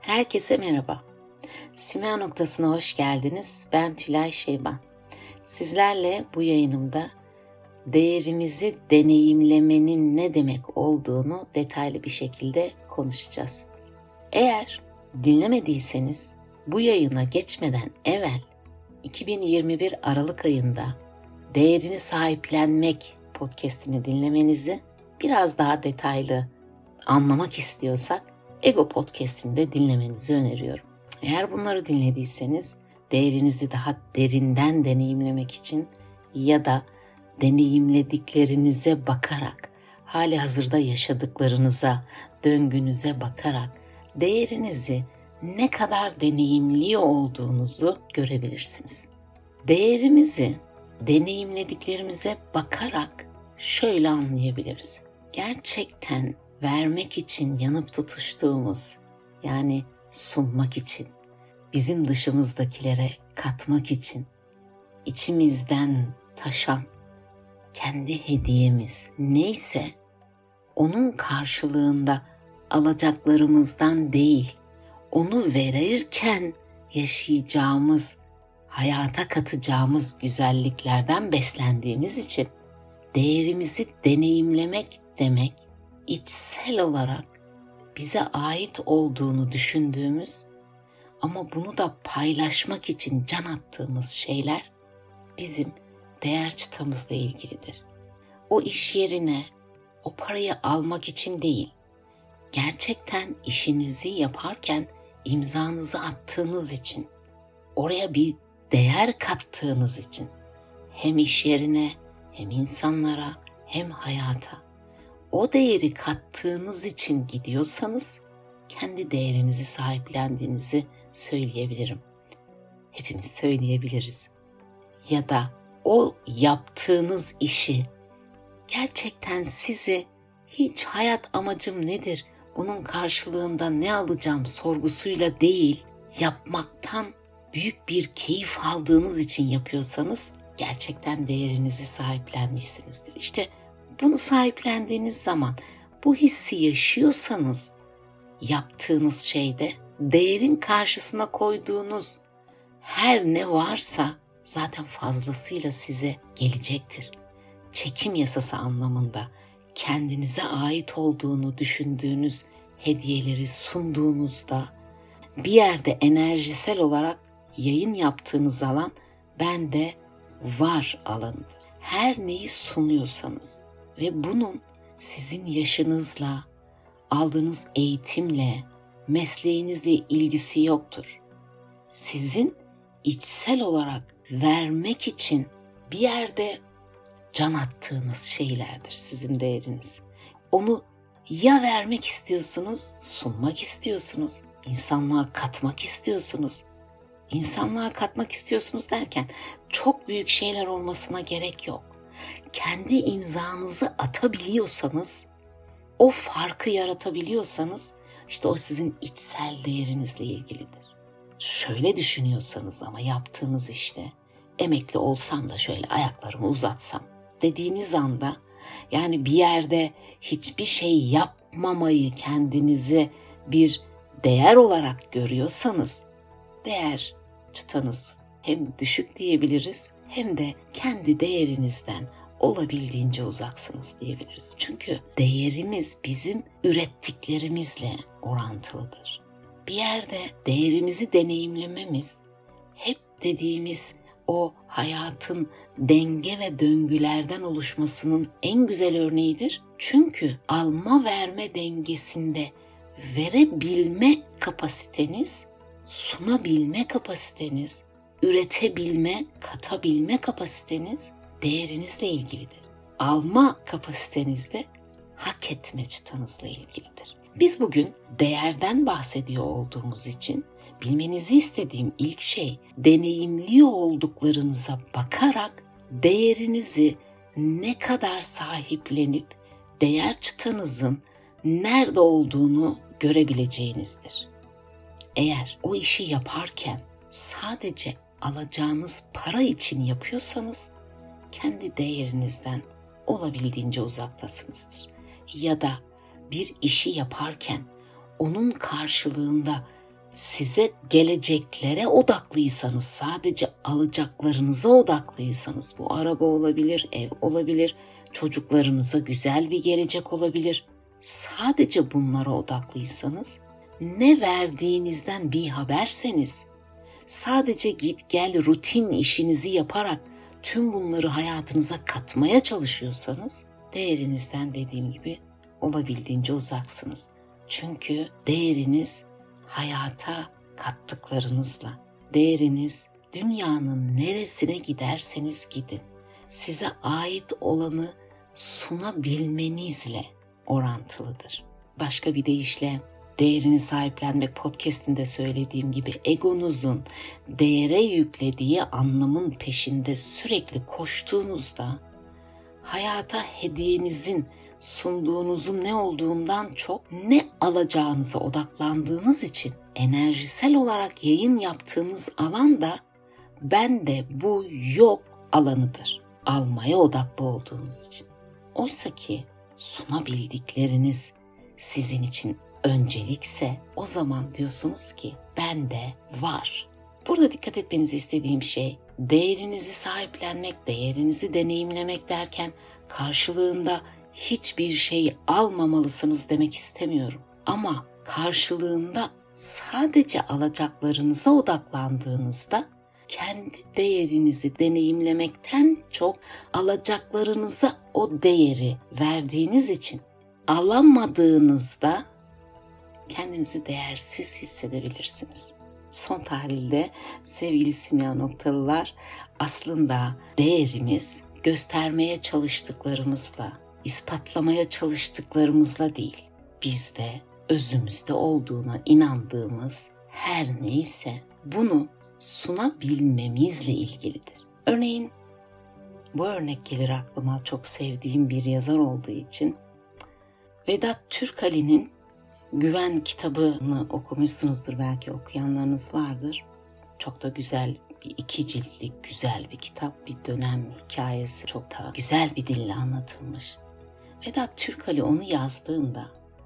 Herkese merhaba. Simya Noktası'na hoş geldiniz. Ben Tülay Şeyban. Sizlerle bu yayınımda değerimizi deneyimlemenin ne demek olduğunu detaylı bir şekilde konuşacağız. Eğer dinlemediyseniz bu yayına geçmeden evvel 2021 Aralık ayında Değerini Sahiplenmek podcast'ini dinlemenizi, biraz daha detaylı anlamak istiyorsak Ego podcast'ini de dinlemenizi öneriyorum. Eğer bunları dinlediyseniz değerinizi daha derinden deneyimlemek için ya da deneyimlediklerinize bakarak, hali hazırda yaşadıklarınıza, döngünüze bakarak değerinizi ne kadar deneyimliyor olduğunuzu görebilirsiniz. Değerimizi deneyimlediklerimize bakarak şöyle anlayabiliriz. Gerçekten vermek için yanıp tutuştuğumuz, yani sunmak için, bizim dışımızdakilere katmak için, içimizden taşan kendi hediyemiz neyse, onun karşılığında alacaklarımızdan değil, onu verirken yaşayacağımız, hayata katacağımız güzelliklerden beslendiğimiz için değerimizi deneyimlemek demek, içsel olarak bize ait olduğunu düşündüğümüz ama bunu da paylaşmak için can attığımız şeyler bizim değer çıtamızla ilgilidir. O iş yerine o parayı almak için değil, gerçekten işinizi yaparken imzanızı attığınız için, oraya bir değer kattığınız için, hem iş yerine, hem insanlara, hem hayata o değeri kattığınız için gidiyorsanız kendi değerinizi sahiplendiğinizi söyleyebilirim. Hepimiz söyleyebiliriz. Ya da o yaptığınız işi gerçekten sizi hiç hayat amacım nedir, bunun karşılığında ne alacağım sorgusuyla değil, yapmaktan büyük bir keyif aldığınız için yapıyorsanız gerçekten değerinizi sahiplenmişsinizdir. İşte bunu sahiplendiğiniz zaman, bu hissi yaşıyorsanız yaptığınız şeyde değerin karşısına koyduğunuz her ne varsa zaten fazlasıyla size gelecektir. Çekim yasası anlamında kendinize ait olduğunu düşündüğünüz hediyeleri sunduğunuzda bir yerde enerjisel olarak yayın yaptığınız alan bende var alanıdır. Her neyi sunuyorsanız ve bunun sizin yaşınızla, aldığınız eğitimle, mesleğinizle ilgisi yoktur. Sizin içsel olarak vermek için bir yerde can attığınız şeylerdir sizin değeriniz. Onu ya vermek istiyorsunuz, sunmak istiyorsunuz, insanlığa katmak istiyorsunuz. İnsanlığa katmak istiyorsunuz derken çok büyük şeyler olmasına gerek yok. Kendi imzanızı atabiliyorsanız, o farkı yaratabiliyorsanız işte o sizin içsel değerinizle ilgilidir. Şöyle düşünüyorsanız ama yaptığınız işte emekli olsam da şöyle ayaklarımı uzatsam dediğiniz anda, yani bir yerde hiçbir şey yapmamayı kendinize bir değer olarak görüyorsanız değer çıtanız hem düşük diyebiliriz hem de kendi değerinizden olabildiğince uzaksınız diyebiliriz. Çünkü değerimiz bizim ürettiklerimizle orantılıdır. Bir yerde değerimizi deneyimlememiz, hep dediğimiz o hayatın denge ve döngülerden oluşmasının en güzel örneğidir. Çünkü alma verme dengesinde verebilme kapasiteniz, sunabilme kapasiteniz, üretebilme, katabilme kapasiteniz değerinizle ilgilidir. Alma kapasiteniz de hak etme çıtanızla ilgilidir. Biz bugün değerden bahsediyor olduğumuz için bilmenizi istediğim ilk şey, deneyimliyor olduklarınıza bakarak değerinizi ne kadar sahiplenip değer çıtanızın nerede olduğunu görebileceğinizdir. Eğer o işi yaparken sadece alacağınız para için yapıyorsanız kendi değerinizden olabildiğince uzaktasınızdır. Ya da bir işi yaparken onun karşılığında size geleceklere odaklıysanız, sadece alacaklarınıza odaklıysanız, bu araba olabilir, ev olabilir, çocuklarınıza güzel bir gelecek olabilir. Sadece bunlara odaklıysanız, ne verdiğinizden bir haberseniz, sadece git gel rutin işinizi yaparak tüm bunları hayatınıza katmaya çalışıyorsanız, değerinizden dediğim gibi olabildiğince uzaksınız. Çünkü değeriniz hayata kattıklarınızla, değeriniz dünyanın neresine giderseniz gidin, size ait olanı sunabilmenizle orantılıdır. Başka bir deyişle, değerini sahiplenmek podcast'inde söylediğim gibi egonuzun değere yüklediği anlamın peşinde sürekli koştuğunuzda, hayata hediyenizin, sunduğunuzun ne olduğundan çok ne alacağınıza odaklandığınız için enerjisel olarak yayın yaptığınız alan da bende bu yok alanıdır. Almaya odaklı olduğunuz için. Oysa ki sunabildikleriniz sizin için öncelikse, o zaman diyorsunuz ki bende var. Burada dikkat etmenizi istediğim şey, değerinizi sahiplenmek, değerinizi deneyimlemek derken karşılığında hiçbir şey almamalısınız demek istemiyorum. Ama karşılığında sadece alacaklarınıza odaklandığınızda, kendi değerinizi deneyimlemekten çok alacaklarınıza o değeri verdiğiniz için alamadığınızda kendinizi değersiz hissedebilirsiniz. Son tahlilde sevgili simya noktalılar, aslında değerimiz göstermeye çalıştıklarımızla, ispatlamaya çalıştıklarımızla değil, bizde, özümüzde olduğuna inandığımız her neyse bunu sunabilmemizle ilgilidir. Örneğin bu örnek gelir aklıma, çok sevdiğim bir yazar olduğu için. Vedat Türkali'nin Güven kitabını okumuşsunuzdur, belki okuyanlarınız vardır. Çok da güzel, bir 2 ciltlik güzel bir kitap, bir dönem hikayesi çok da güzel bir dille anlatılmış. Vedat Türkali onu yazdığında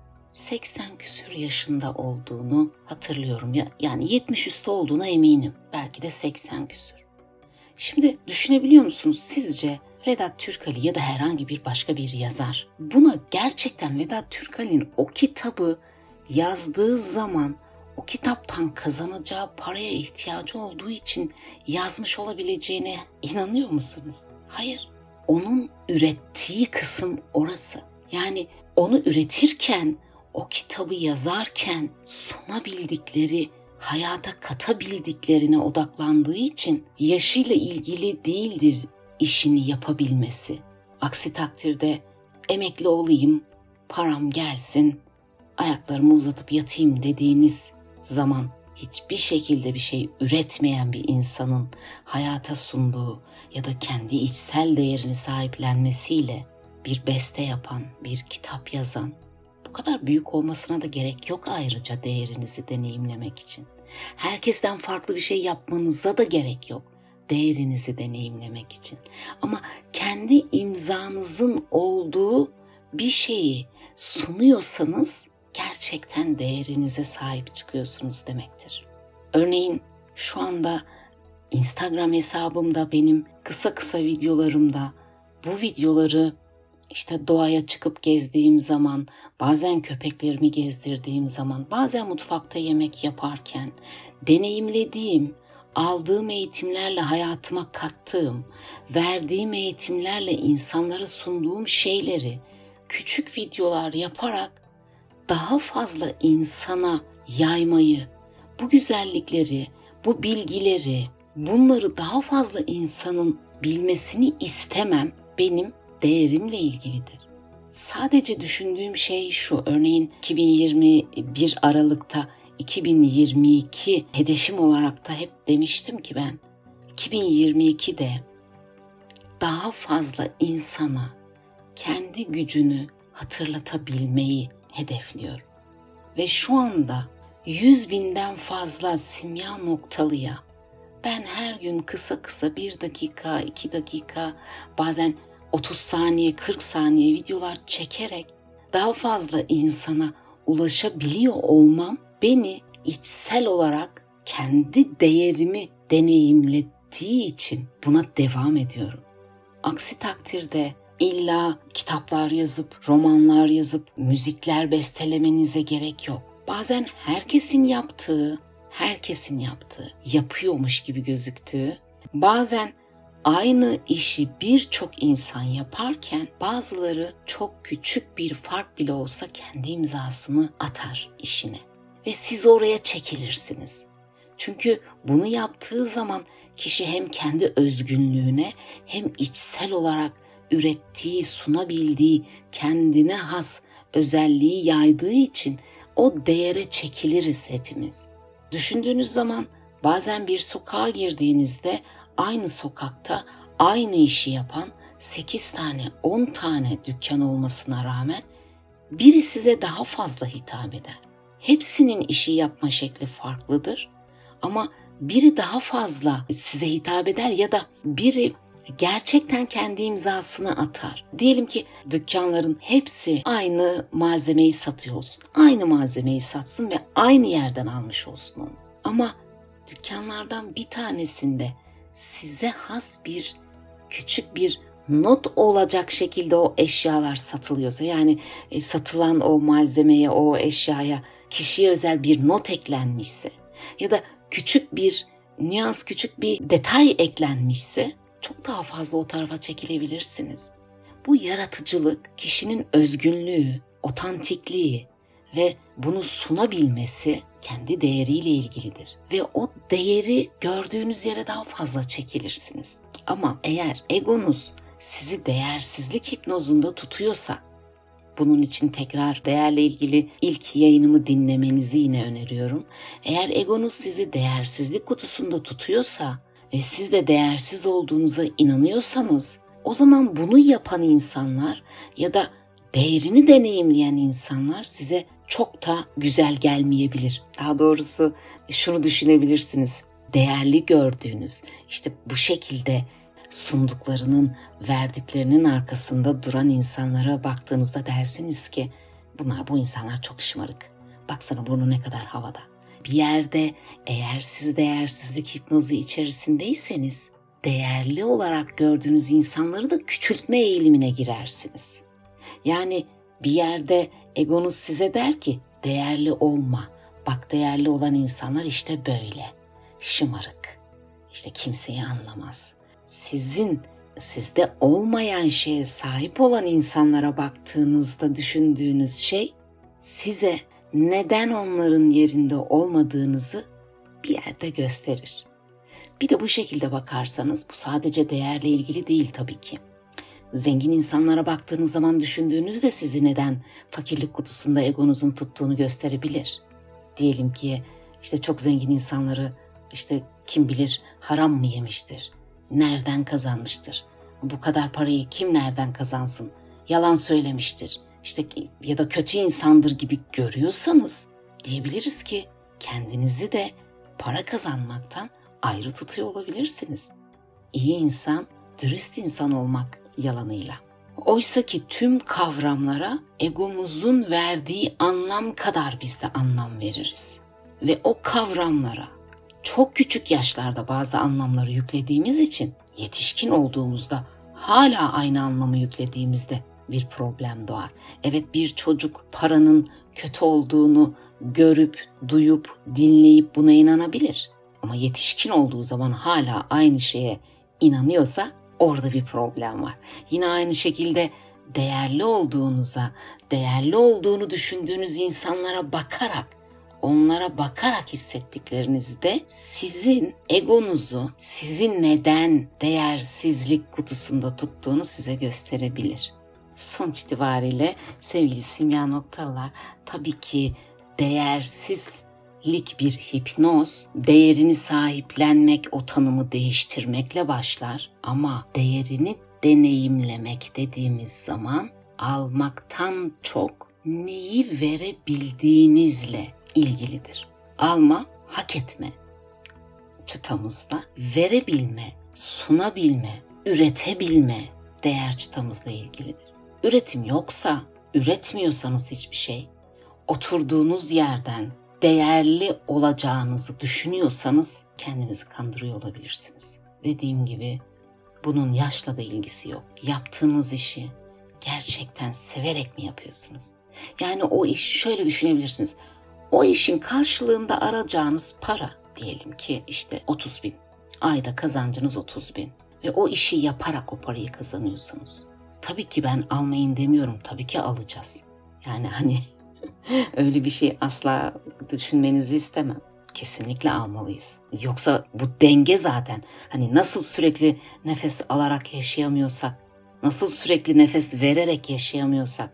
80 küsür yaşında olduğunu hatırlıyorum. Yani 70 üstü olduğuna eminim. Belki de 80 küsür. Şimdi düşünebiliyor musunuz sizce Vedat Türkali ya da herhangi bir başka bir yazar buna gerçekten Vedat Türkali'nin o kitabı yazdığı zaman o kitaptan kazanacağı paraya ihtiyacı olduğu için yazmış olabileceğine inanıyor musunuz? Hayır. Onun ürettiği kısım orası. Yani onu üretirken, o kitabı yazarken sunabildikleri, hayata katabildiklerine odaklandığı için yaşıyla ilgili değildir işini yapabilmesi. Aksi takdirde emekli olayım, param gelsin, ayaklarımı uzatıp yatayım dediğiniz zaman hiçbir şekilde bir şey üretmeyen bir insanın hayata sunduğu ya da kendi içsel değerini sahiplenmesiyle bir beste yapan, bir kitap yazan, bu kadar büyük olmasına da gerek yok ayrıca değerinizi deneyimlemek için. Herkesten farklı bir şey yapmanıza da gerek yok değerinizi deneyimlemek için. Ama kendi imzanızın olduğu bir şeyi sunuyorsanız gerçekten değerinize sahip çıkıyorsunuz demektir. Örneğin şu anda Instagram hesabımda, benim kısa kısa videolarımda bu videoları işte doğaya çıkıp gezdiğim zaman, bazen köpeklerimi gezdirdiğim zaman, bazen mutfakta yemek yaparken deneyimlediğim, aldığım eğitimlerle hayatıma kattığım, verdiğim eğitimlerle insanlara sunduğum şeyleri küçük videolar yaparak daha fazla insana yaymayı, bu güzellikleri, bu bilgileri, bunları daha fazla insanın bilmesini istemem benim değerimle ilgilidir. Sadece düşündüğüm şey şu, örneğin 2021 Aralık'ta 2022 hedefim olarak da hep demiştim ki ben 2022'de daha fazla insana kendi gücünü hatırlatabilmeyi hedefliyorum. Ve şu anda 100.000'den fazla simya noktalıya ben her gün kısa kısa 1 dakika, 2 dakika, bazen 30 saniye, 40 saniye videolar çekerek daha fazla insana ulaşabiliyor olmam beni içsel olarak kendi değerimi deneyimlettiği için buna devam ediyorum. Aksi takdirde illa kitaplar yazıp, romanlar yazıp, müzikler bestelemenize gerek yok. Bazen herkesin yaptığı yapıyormuş gibi gözüktüğü, bazen aynı işi birçok insan yaparken bazıları çok küçük bir fark bile olsa kendi imzasını atar işine. Ve siz oraya çekilirsiniz. Çünkü bunu yaptığı zaman kişi hem kendi özgünlüğüne hem içsel olarak ürettiği, sunabildiği, kendine has özelliği yaydığı için o değere çekiliriz hepimiz. Düşündüğünüz zaman bazen bir sokağa girdiğinizde aynı sokakta aynı işi yapan 8 tane, 10 tane dükkan olmasına rağmen biri size daha fazla hitap eder. Hepsinin işi yapma şekli farklıdır ama biri daha fazla size hitap eder ya da biri gerçekten kendi imzasını atar. Diyelim ki dükkanların hepsi aynı malzemeyi satıyor olsun. Aynı malzemeyi satsın ve aynı yerden almış olsun onu. Ama dükkanlardan bir tanesinde size has bir küçük bir not olacak şekilde o eşyalar satılıyorsa, yani satılan o malzemeye, o eşyaya kişiye özel bir not eklenmişse ya da küçük bir nüans, küçük bir detay eklenmişse çok daha fazla o tarafa çekilebilirsiniz. Bu yaratıcılık, kişinin özgünlüğü, otantikliği ve bunu sunabilmesi kendi değeriyle ilgilidir. Ve o değeri gördüğünüz yere daha fazla çekilirsiniz. Ama eğer egonuz sizi değersizlik hipnozunda tutuyorsa, bunun için tekrar değerle ilgili ilk yayınımı dinlemenizi yine öneriyorum. Eğer egonuz sizi değersizlik kutusunda tutuyorsa ve siz de değersiz olduğunuza inanıyorsanız, o zaman bunu yapan insanlar ya da değerini deneyimleyen insanlar size çok da güzel gelmeyebilir. Daha doğrusu şunu düşünebilirsiniz. Değerli gördüğünüz, işte bu şekilde sunduklarının, verdiklerinin arkasında duran insanlara baktığınızda dersiniz ki bu insanlar çok şımarık. Baksana burnu ne kadar havada. Bir yerde eğer siz değersizlik hipnozu içerisindeyseniz değerli olarak gördüğünüz insanları da küçültme eğilimine girersiniz. Yani bir yerde egonuz size der ki değerli olma. Bak değerli olan insanlar işte böyle. Şımarık. İşte kimseyi anlamaz. Sizde olmayan şeye sahip olan insanlara baktığınızda düşündüğünüz şey size neden onların yerinde olmadığınızı bir yerde gösterir. Bir de bu şekilde bakarsanız bu sadece değerle ilgili değil tabii ki. Zengin insanlara baktığınız zaman düşündüğünüzde sizi neden fakirlik kutusunda egonuzun tuttuğunu gösterebilir. Diyelim ki işte çok zengin insanları işte kim bilir haram mı yemiştir? Nereden kazanmıştır? Bu kadar parayı kim nereden kazansın? Yalan söylemiştir. İşte ya da kötü insandır gibi görüyorsanız diyebiliriz ki kendinizi de para kazanmaktan ayrı tutuyor olabilirsiniz. İyi insan, dürüst insan olmak yalanıyla. Oysa ki tüm kavramlara egomuzun verdiği anlam kadar biz de anlam veririz. Ve o kavramlara çok küçük yaşlarda bazı anlamları yüklediğimiz için yetişkin olduğumuzda hala aynı anlamı yüklediğimizde bir problem doğar. Evet, bir çocuk paranın kötü olduğunu görüp, duyup, dinleyip buna inanabilir. Ama yetişkin olduğu zaman hala aynı şeye inanıyorsa orada bir problem var. Yine aynı şekilde değerli olduğunu düşündüğünüz insanlara bakarak, onlara bakarak hissettiklerinizde sizin egonuzu, sizin neden değersizlik kutusunda tuttuğunu size gösterebilir. Sonuç itibariyle sevgili simya noktalar, tabii ki değersizlik bir hipnoz, değerini sahiplenmek, o tanımı değiştirmekle başlar. Ama değerini deneyimlemek dediğimiz zaman almaktan çok neyi verebildiğinizle ilgilidir. Alma, hak etme çıtamızla, verebilme, sunabilme, üretebilme değer çıtamızla ilgilidir. Üretim yoksa, üretmiyorsanız hiçbir şey, oturduğunuz yerden değerli olacağınızı düşünüyorsanız kendinizi kandırıyor olabilirsiniz. Dediğim gibi bunun yaşla da ilgisi yok. Yaptığınız işi gerçekten severek mi yapıyorsunuz? Yani o iş şöyle düşünebilirsiniz. O işin karşılığında alacağınız para diyelim ki işte 30.000. Ayda kazancınız 30.000 ve o işi yaparak o parayı kazanıyorsunuz. Tabii ki ben almayın demiyorum. Tabii ki alacağız. Yani hani öyle bir şey asla düşünmenizi istemem. Kesinlikle almalıyız. Yoksa bu denge zaten. Hani nasıl sürekli nefes alarak yaşayamıyorsak, nasıl sürekli nefes vererek yaşayamıyorsak,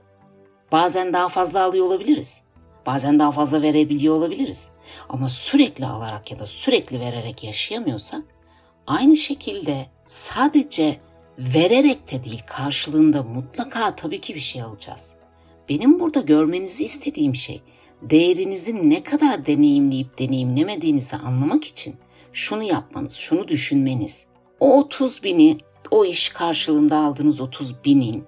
bazen daha fazla alıyor olabiliriz. Bazen daha fazla verebiliyor olabiliriz. Ama sürekli alarak ya da sürekli vererek yaşayamıyorsak, aynı şekilde sadece vererek de değil, karşılığında mutlaka tabii ki bir şey alacağız. Benim burada görmenizi istediğim şey, değerinizi ne kadar deneyimleyip deneyimlemediğinizi anlamak için şunu yapmanız, şunu düşünmeniz. O 30.000'i, o iş karşılığında aldığınız 30.000'in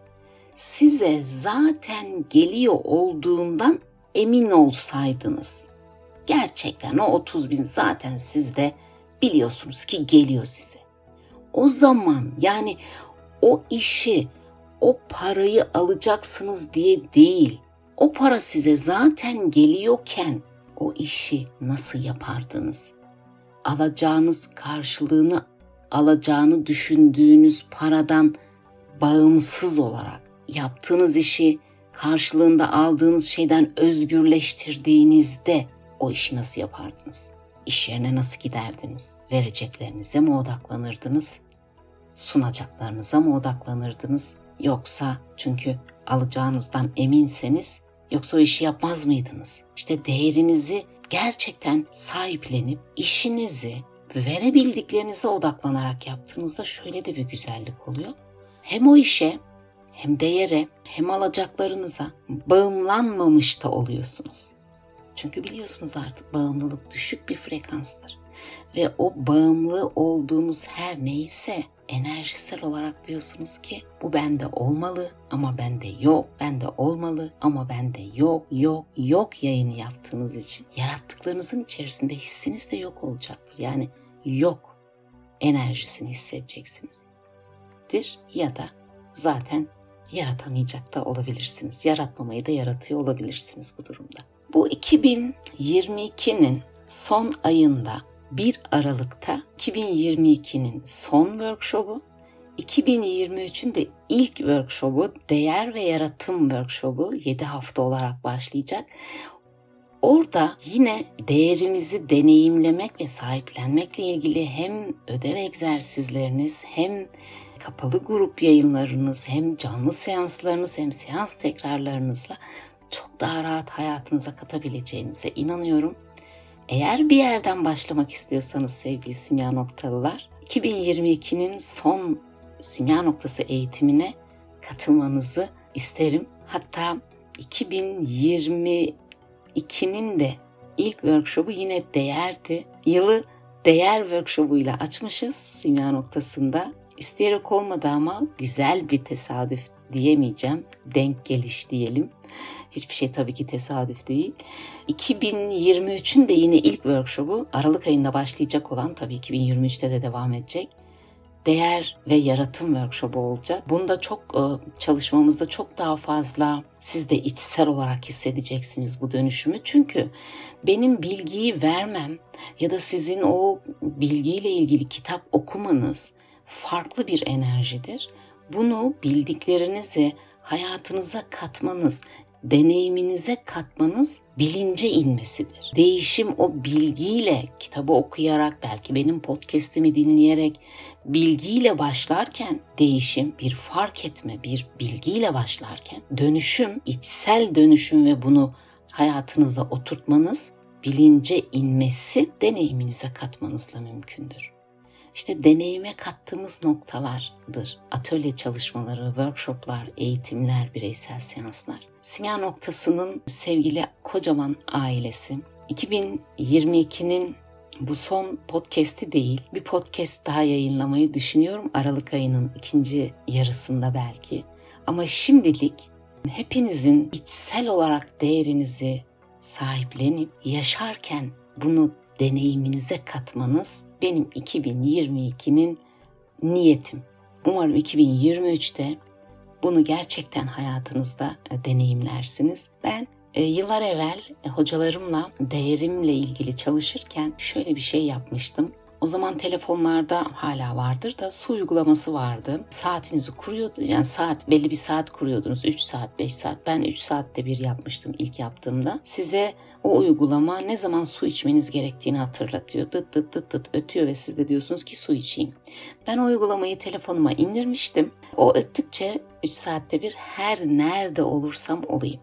size zaten geliyor olduğundan emin olsaydınız, gerçekten o 30.000 zaten sizde biliyorsunuz ki geliyor size. O zaman yani o işi, o parayı alacaksınız diye değil, o para size zaten geliyorken o işi nasıl yapardınız? Alacağınız karşılığını, alacağını düşündüğünüz paradan bağımsız olarak yaptığınız işi karşılığında aldığınız şeyden özgürleştirdiğinizde o işi nasıl yapardınız? İş yerine nasıl giderdiniz? Vereceklerinize mi odaklanırdınız? Sunacaklarınıza mı odaklanırdınız? Yoksa çünkü alacağınızdan eminseniz yoksa o işi yapmaz mıydınız? İşte değerinizi gerçekten sahiplenip işinizi verebildiklerinize odaklanarak yaptığınızda şöyle de bir güzellik oluyor. Hem o işe hem değere hem alacaklarınıza bağımlanmamış da oluyorsunuz. Çünkü biliyorsunuz artık bağımlılık düşük bir frekanstır. Ve o bağımlı olduğunuz her neyse enerjisel olarak diyorsunuz ki bu bende olmalı ama bende yok, bende olmalı ama bende yok, yok yayını yaptığınız için yarattıklarınızın içerisinde hissiniz de yok olacaktır. Yani yok enerjisini hissedeceksiniz. Ya da zaten yaratamayacak da olabilirsiniz. Yaratmamayı da yaratıyor olabilirsiniz bu durumda. Bu 2022'nin son ayında 1 Aralık'ta 2022'nin son workshopu, 2023'ün de ilk workshopu, değer ve yaratım workshopu 7 hafta olarak başlayacak. Orada yine değerimizi deneyimlemek ve sahiplenmekle ilgili hem ödev egzersizleriniz hem kapalı grup yayınlarınız hem canlı seanslarınız hem seans tekrarlarınızla çok daha rahat hayatınıza katabileceğinize inanıyorum. Eğer bir yerden başlamak istiyorsanız sevgili simya noktalılar, 2022'nin son simya noktası eğitimine katılmanızı isterim. Hatta 2022'nin de ilk workshopu yine değerdi. Yılı değer workshopuyla açmışız simya noktasında. İsteyerek olmadı ama güzel bir tesadüf diyemeyeceğim. Denk geliş diyelim. Hiçbir şey tabii ki tesadüf değil. 2023'ün de yine ilk workshopu Aralık ayında başlayacak olan, tabii 2023'te de devam edecek, değer ve yaratım workshopu olacak. Bunda çok çalışmamızda çok daha fazla siz de içsel olarak hissedeceksiniz bu dönüşümü. Çünkü benim bilgiyi vermem ya da sizin o bilgiyle ilgili kitap okumanız farklı bir enerjidir. Bunu bildiklerinizi hayatınıza katmanız, deneyiminize katmanız bilince inmesidir. Değişim o bilgiyle, kitabı okuyarak, belki benim podcast'imi dinleyerek bilgiyle başlarken değişim, bir fark etme, bir bilgiyle başlarken dönüşüm, içsel dönüşüm ve bunu hayatınıza oturtmanız, bilince inmesi deneyiminize katmanızla mümkündür. İşte deneyime kattığımız noktalardır. Atölye çalışmaları, workshoplar, eğitimler, bireysel seanslar. Simya Noktası'nın sevgili kocaman ailesi, 2022'nin bu son podcast'i değil, bir podcast daha yayınlamayı düşünüyorum. Aralık ayının ikinci yarısında belki. Ama şimdilik hepinizin içsel olarak değerinizi sahiplenip yaşarken bunu deneyiminize katmanız benim 2022'nin niyetim. Umarım 2023'te bunu gerçekten hayatınızda deneyimlersiniz. Ben yıllar evvel hocalarımla değerimle ilgili çalışırken şöyle bir şey yapmıştım. O zaman telefonlarda hala vardır da su uygulaması vardı. Saatinizi kuruyordu. Yani belli bir saat kuruyordunuz. 3 saat, 5 saat. Ben 3 saatte bir yapmıştım ilk yaptığımda. Size o uygulama ne zaman su içmeniz gerektiğini hatırlatıyor. Dıt dıt dıt dıt ötüyor ve siz de diyorsunuz ki su içeyim. Ben o uygulamayı telefonuma indirmiştim. O öttükçe 3 saatte bir her nerede olursam olayım.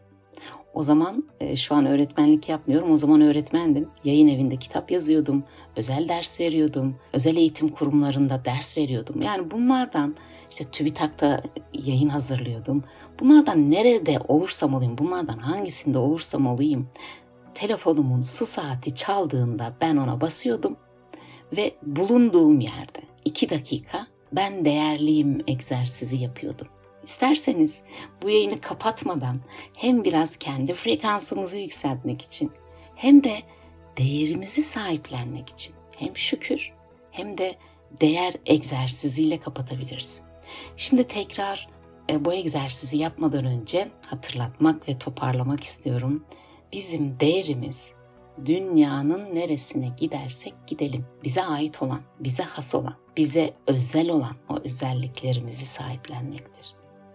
O zaman şu an öğretmenlik yapmıyorum. O zaman öğretmendim. Yayın evinde kitap yazıyordum. Özel ders veriyordum. Özel eğitim kurumlarında ders veriyordum. Yani bunlardan işte TÜBİTAK'ta yayın hazırlıyordum. Bunlardan nerede olursam olayım, bunlardan hangisinde olursam olayım, telefonumun su saati çaldığında ben ona basıyordum ve bulunduğum yerde 2 dakika ben değerliyim egzersizi yapıyordum. İsterseniz bu yayını kapatmadan hem biraz kendi frekansımızı yükseltmek için hem de değerimizi sahiplenmek için hem şükür hem de değer egzersiziyle kapatabiliriz. Şimdi tekrar bu egzersizi yapmadan önce hatırlatmak ve toparlamak istiyorum. Bizim değerimiz dünyanın neresine gidersek gidelim bize ait olan, bize has olan, bize özel olan o özelliklerimizi sahiplenmektir.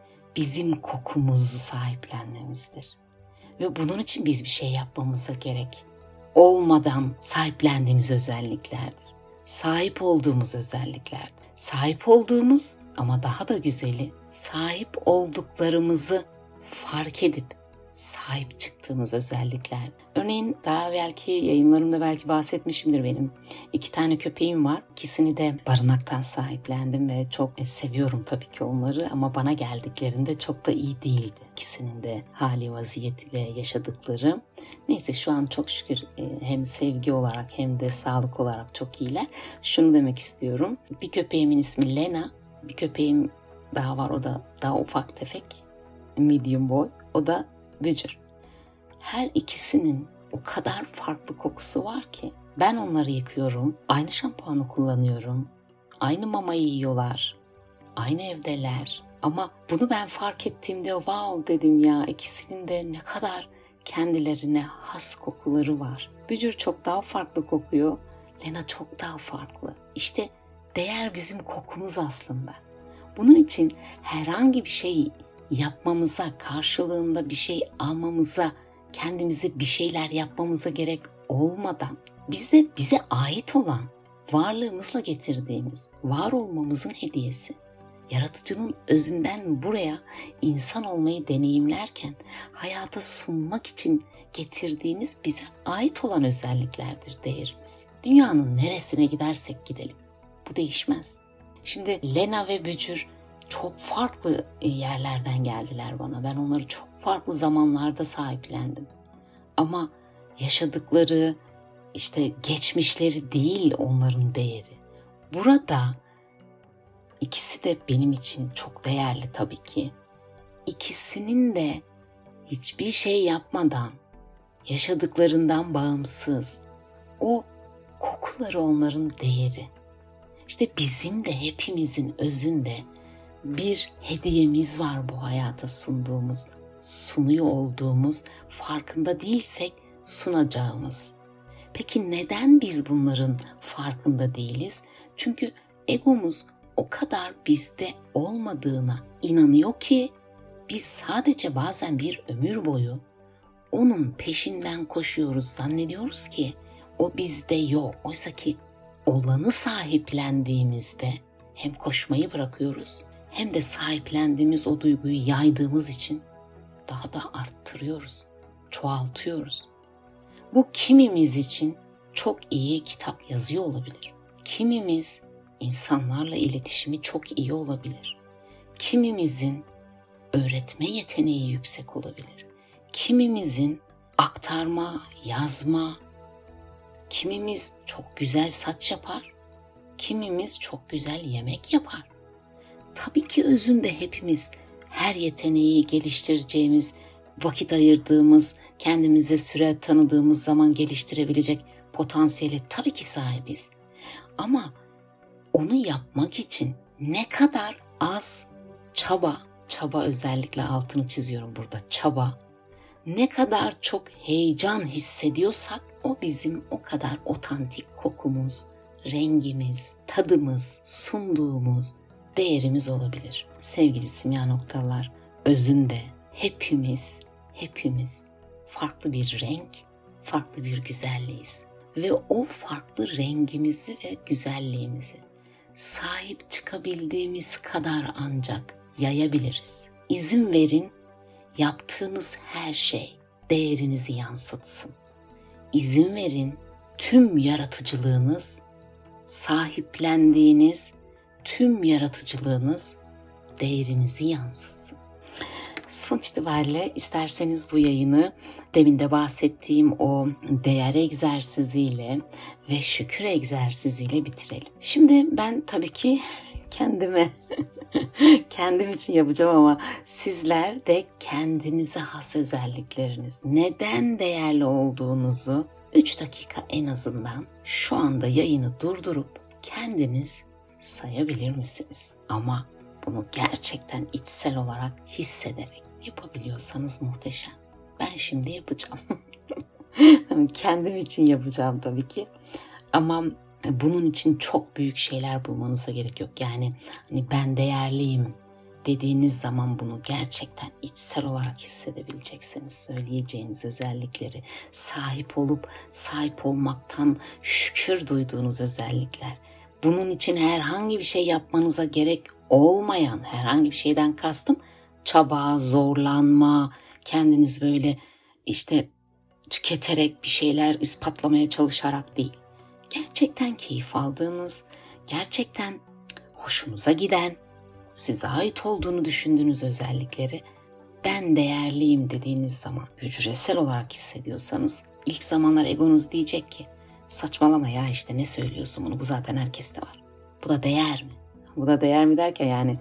Bizim kokumuzu sahiplenmemizdir. Ve bunun için biz bir şey yapmamıza gerek olmadan sahiplendiğimiz özelliklerdir. Sahip olduğumuz özelliklerdir. Sahip olduğumuz ama daha da güzeli sahip olduklarımızı fark edip sahip çıktığımız özellikler. Örneğin daha belki yayınlarımda belki bahsetmişimdir benim. 2 tane köpeğim var. İkisini de barınaktan sahiplendim ve çok seviyorum tabii ki onları ama bana geldiklerinde çok da iyi değildi. İkisinin de hali, vaziyeti ve yaşadıkları. Neyse şu an çok şükür hem sevgi olarak hem de sağlık olarak çok iyiler. Şunu demek istiyorum. Bir köpeğimin ismi Lena. Bir köpeğim daha var, o da daha ufak tefek. Medium boy. O da Bücür. Her ikisinin o kadar farklı kokusu var ki ben onları yıkıyorum, aynı şampuanı kullanıyorum, aynı mamayı yiyorlar, aynı evdeler ama bunu ben fark ettiğimde wow dedim ya, ikisinin de ne kadar kendilerine has kokuları var. Bücür çok daha farklı kokuyor, Lena çok daha farklı. İşte değer bizim kokumuz aslında. Bunun için herhangi bir şey yapmamıza, karşılığında bir şey almamıza, kendimize bir şeyler yapmamıza gerek olmadan bize ait olan, varlığımızla getirdiğimiz, var olmamızın hediyesi, yaratıcının özünden buraya insan olmayı deneyimlerken hayata sunmak için getirdiğimiz bize ait olan özelliklerdir değerimiz. Dünyanın neresine gidersek gidelim. Bu değişmez. Şimdi Lena ve Bücür çok farklı yerlerden geldiler bana. Ben onları çok farklı zamanlarda sahiplendim. Ama yaşadıkları, işte geçmişleri değil onların değeri. Burada ikisi de benim için çok değerli tabii ki. İkisinin de hiçbir şey yapmadan, yaşadıklarından bağımsız, o kokuları onların değeri. İşte bizim de hepimizin özünde bir hediyemiz var bu hayata sunduğumuz, sunuyor olduğumuz, farkında değilsek sunacağımız. Peki neden biz bunların farkında değiliz? Çünkü egomuz o kadar bizde olmadığına inanıyor ki biz sadece bazen bir ömür boyu onun peşinden koşuyoruz, zannediyoruz ki o bizde yok. Oysa ki olanı sahiplendiğimizde hem koşmayı bırakıyoruz hem de sahiplendiğimiz o duyguyu yaydığımız için daha da arttırıyoruz, çoğaltıyoruz. Bu kimimiz için çok iyi kitap yazıyor olabilir. Kimimiz insanlarla iletişimi çok iyi olabilir. Kimimizin öğretme yeteneği yüksek olabilir. Kimimizin aktarma, yazma, kimimiz çok güzel saç yapar, kimimiz çok güzel yemek yapar. Tabii ki özünde hepimiz her yeteneği geliştireceğimiz vakit ayırdığımız, kendimize süre tanıdığımız zaman geliştirebilecek potansiyele tabii ki sahibiz. Ama onu yapmak için ne kadar az çaba özellikle altını çiziyorum burada, çaba. Ne kadar çok heyecan hissediyorsak o bizim o kadar otantik kokumuz, rengimiz, tadımız, sunduğumuz değerimiz olabilir. Sevgili simya noktalar, özünde hepimiz farklı bir renk, farklı bir güzelliğiz. Ve o farklı rengimizi ve güzelliğimizi sahip çıkabildiğimiz kadar ancak yayabiliriz. İzin verin, yaptığınız her şey değerinizi yansıtsın. İzin verin, tüm yaratıcılığınız, sahiplendiğiniz tüm yaratıcılığınız değerinizi yansıtsın. Sonuç itibariyle isterseniz bu yayını demin de bahsettiğim o değer egzersiziyle ve şükür egzersiziyle bitirelim. Şimdi ben tabii ki kendim için yapacağım ama sizler de kendinize has özellikleriniz, neden değerli olduğunuzu 3 dakika en azından şu anda yayını durdurup kendiniz sayabilir misiniz? Ama bunu gerçekten içsel olarak hissederek yapabiliyorsanız muhteşem. Ben şimdi yapacağım. Kendim için yapacağım tabii ki. Ama bunun için çok büyük şeyler bulmanıza gerek yok. Yani hani ben değerliyim dediğiniz zaman bunu gerçekten içsel olarak hissedebilecekseniz söyleyeceğiniz özellikleri, sahip olup sahip olmaktan şükür duyduğunuz özellikler. Bunun için herhangi bir şey yapmanıza gerek olmayan, herhangi bir şeyden kastım çaba, zorlanma, kendiniz böyle tüketerek bir şeyler ispatlamaya çalışarak değil. Gerçekten keyif aldığınız, gerçekten hoşunuza giden, size ait olduğunu düşündüğünüz özellikleri ben değerliyim dediğiniz zaman hücresel olarak hissediyorsanız ilk zamanlar egonuz diyecek ki saçmalama ya ne söylüyorsun bunu, bu zaten herkeste var. Bu da değer mi? Bu da değer mi derken yani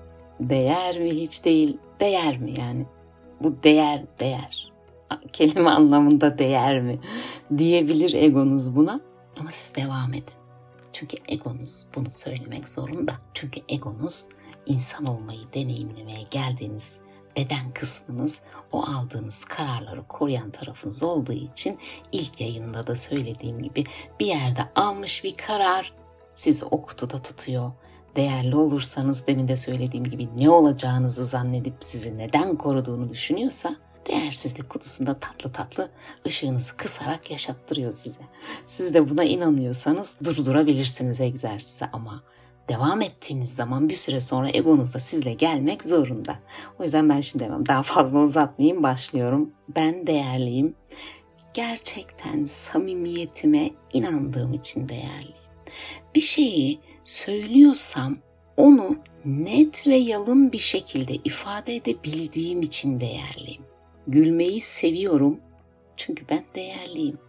değer mi hiç değil, değer mi yani? Bu değer. Kelime anlamında değer mi diyebilir egonuz buna. Ama siz devam edin. Çünkü egonuz bunu söylemek zorunda. Çünkü egonuz insan olmayı deneyimlemeye geldiğiniz beden kısmınız, o aldığınız kararları koruyan tarafınız olduğu için ilk yayında da söylediğim gibi bir yerde almış bir karar sizi o kutuda tutuyor. Değerli olursanız demin de söylediğim gibi ne olacağınızı zannedip sizi neden koruduğunu düşünüyorsa değersizlik kutusunda tatlı tatlı ışığınızı kısarak yaşattırıyor size. Siz de buna inanıyorsanız durdurabilirsiniz egzersizi ama devam ettiğiniz zaman bir süre sonra egonuz da sizle gelmek zorunda. O yüzden ben şimdi daha fazla uzatmayayım, başlıyorum. Ben değerliyim. Gerçekten samimiyetime inandığım için değerliyim. Bir şeyi söylüyorsam onu net ve yalın bir şekilde ifade edebildiğim için değerliyim. Gülmeyi seviyorum çünkü ben değerliyim.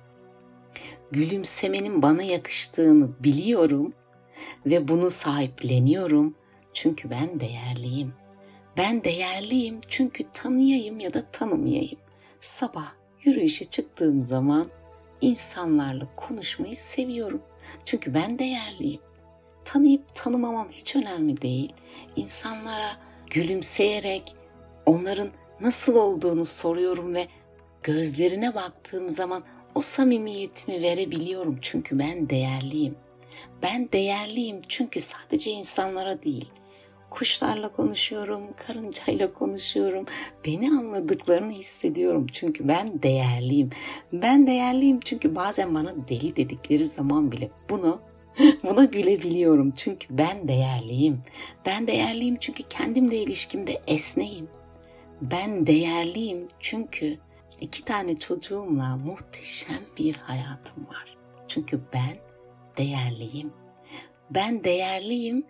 Gülümsemenin bana yakıştığını biliyorum ve bunu sahipleniyorum çünkü ben değerliyim. Ben değerliyim çünkü tanıyayım ya da tanımayayım. Sabah yürüyüşe çıktığım zaman insanlarla konuşmayı seviyorum çünkü ben değerliyim. Tanıyıp tanımamam hiç önemli değil. İnsanlara gülümseyerek onların nasıl olduğunu soruyorum ve gözlerine baktığım zaman o samimiyetimi verebiliyorum çünkü ben değerliyim. Ben değerliyim çünkü sadece insanlara değil, kuşlarla konuşuyorum, karıncayla konuşuyorum. Beni anladıklarını hissediyorum çünkü ben değerliyim. Ben değerliyim çünkü bazen bana deli dedikleri zaman bile buna gülebiliyorum çünkü ben değerliyim. Ben değerliyim çünkü kendimle ilişkimde esneyim. Ben değerliyim çünkü 2 tane çocuğumla muhteşem bir hayatım var. Çünkü ben değerliyim. Ben değerliyim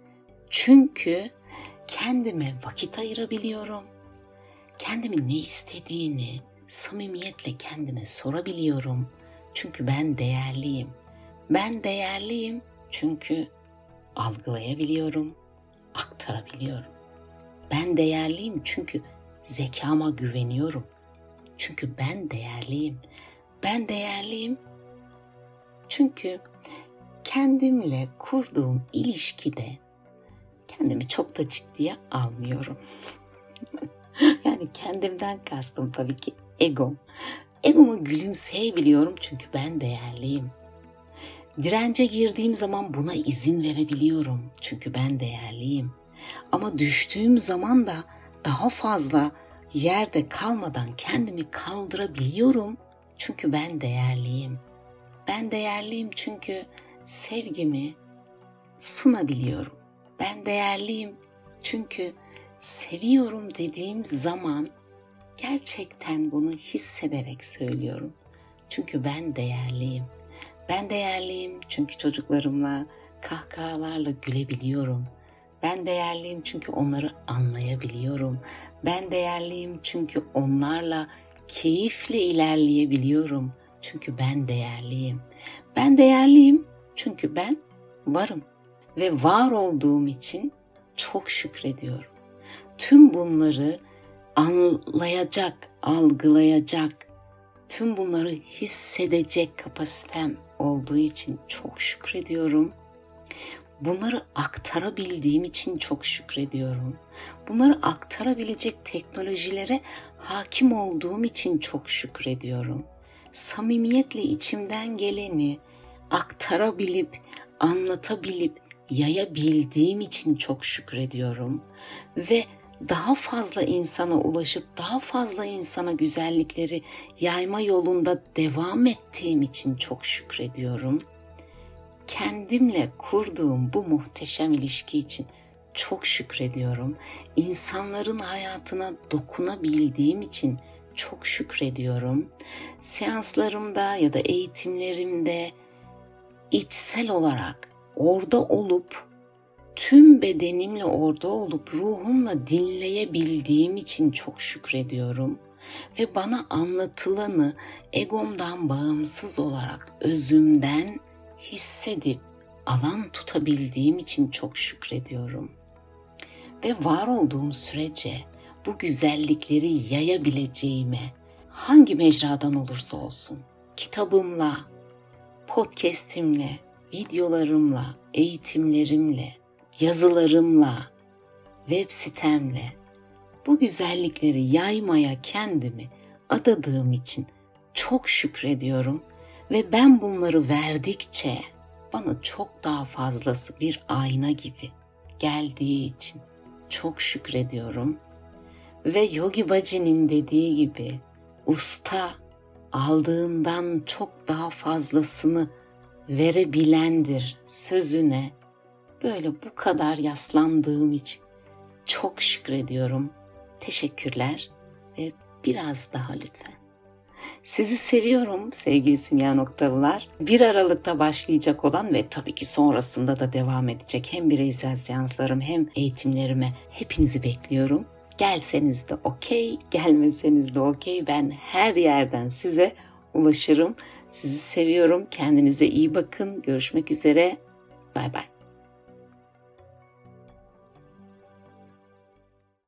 çünkü kendime vakit ayırabiliyorum. Kendimin ne istediğini samimiyetle kendime sorabiliyorum. Çünkü ben değerliyim. Ben değerliyim çünkü algılayabiliyorum, aktarabiliyorum. Ben değerliyim çünkü zekama güveniyorum. Çünkü ben değerliyim. Ben değerliyim çünkü kendimle kurduğum ilişkide kendimi çok da ciddiye almıyorum. Yani kendimden kastım tabii ki egom. Egoma gülümseyebiliyorum çünkü ben değerliyim. Dirence girdiğim zaman buna izin verebiliyorum çünkü ben değerliyim. Ama düştüğüm zaman da daha fazla yerde kalmadan kendimi kaldırabiliyorum çünkü ben değerliyim. Ben değerliyim çünkü sevgimi sunabiliyorum. Ben değerliyim çünkü seviyorum dediğim zaman gerçekten bunu hissederek söylüyorum. Çünkü ben değerliyim. Ben değerliyim çünkü çocuklarımla kahkahalarla gülebiliyorum. Ben değerliyim çünkü onları anlayabiliyorum. Ben değerliyim çünkü onlarla keyifle ilerleyebiliyorum. Çünkü ben değerliyim. Ben değerliyim çünkü ben varım ve var olduğum için çok şükrediyorum. Tüm bunları anlayacak, algılayacak, tüm bunları hissedecek kapasitem olduğu için çok şükrediyorum. Bunları aktarabildiğim için çok şükrediyorum. Bunları aktarabilecek teknolojilere hakim olduğum için çok şükrediyorum. Samimiyetle içimden geleni aktarabilip, anlatabilip, yayabildiğim için çok şükrediyorum. Ve daha fazla insana ulaşıp daha fazla insana güzellikleri yayma yolunda devam ettiğim için çok şükrediyorum. Kendimle kurduğum bu muhteşem ilişki için çok şükrediyorum. İnsanların hayatına dokunabildiğim için çok şükrediyorum. Seanslarımda ya da eğitimlerimde içsel olarak orada olup, tüm bedenimle orada olup ruhumla dinleyebildiğim için çok şükrediyorum. Ve bana anlatılanı egomdan bağımsız olarak özümden hissedip alan tutabildiğim için çok şükrediyorum. Ve var olduğum sürece bu güzellikleri yayabileceğime hangi mecradan olursa olsun, kitabımla, podcastimle, videolarımla, eğitimlerimle, yazılarımla, web sitemle bu güzellikleri yaymaya kendimi adadığım için çok şükrediyorum ve ben bunları verdikçe bana çok daha fazlası bir ayna gibi geldiği için çok şükrediyorum. Ve Yogi Bhajan'ın dediği gibi usta aldığından çok daha fazlasını verebilendir sözüne böyle bu kadar yaslandığım için çok şükrediyorum. Teşekkürler ve biraz daha lütfen. Sizi seviyorum sevgili simya noktalılar. 1 Aralık'ta başlayacak olan ve tabii ki sonrasında da devam edecek hem bireysel seanslarım hem eğitimlerime hepinizi bekliyorum. Gelseniz de okey, gelmeseniz de okey. Ben her yerden size ulaşırım. Sizi seviyorum. Kendinize iyi bakın. Görüşmek üzere. Bay bay.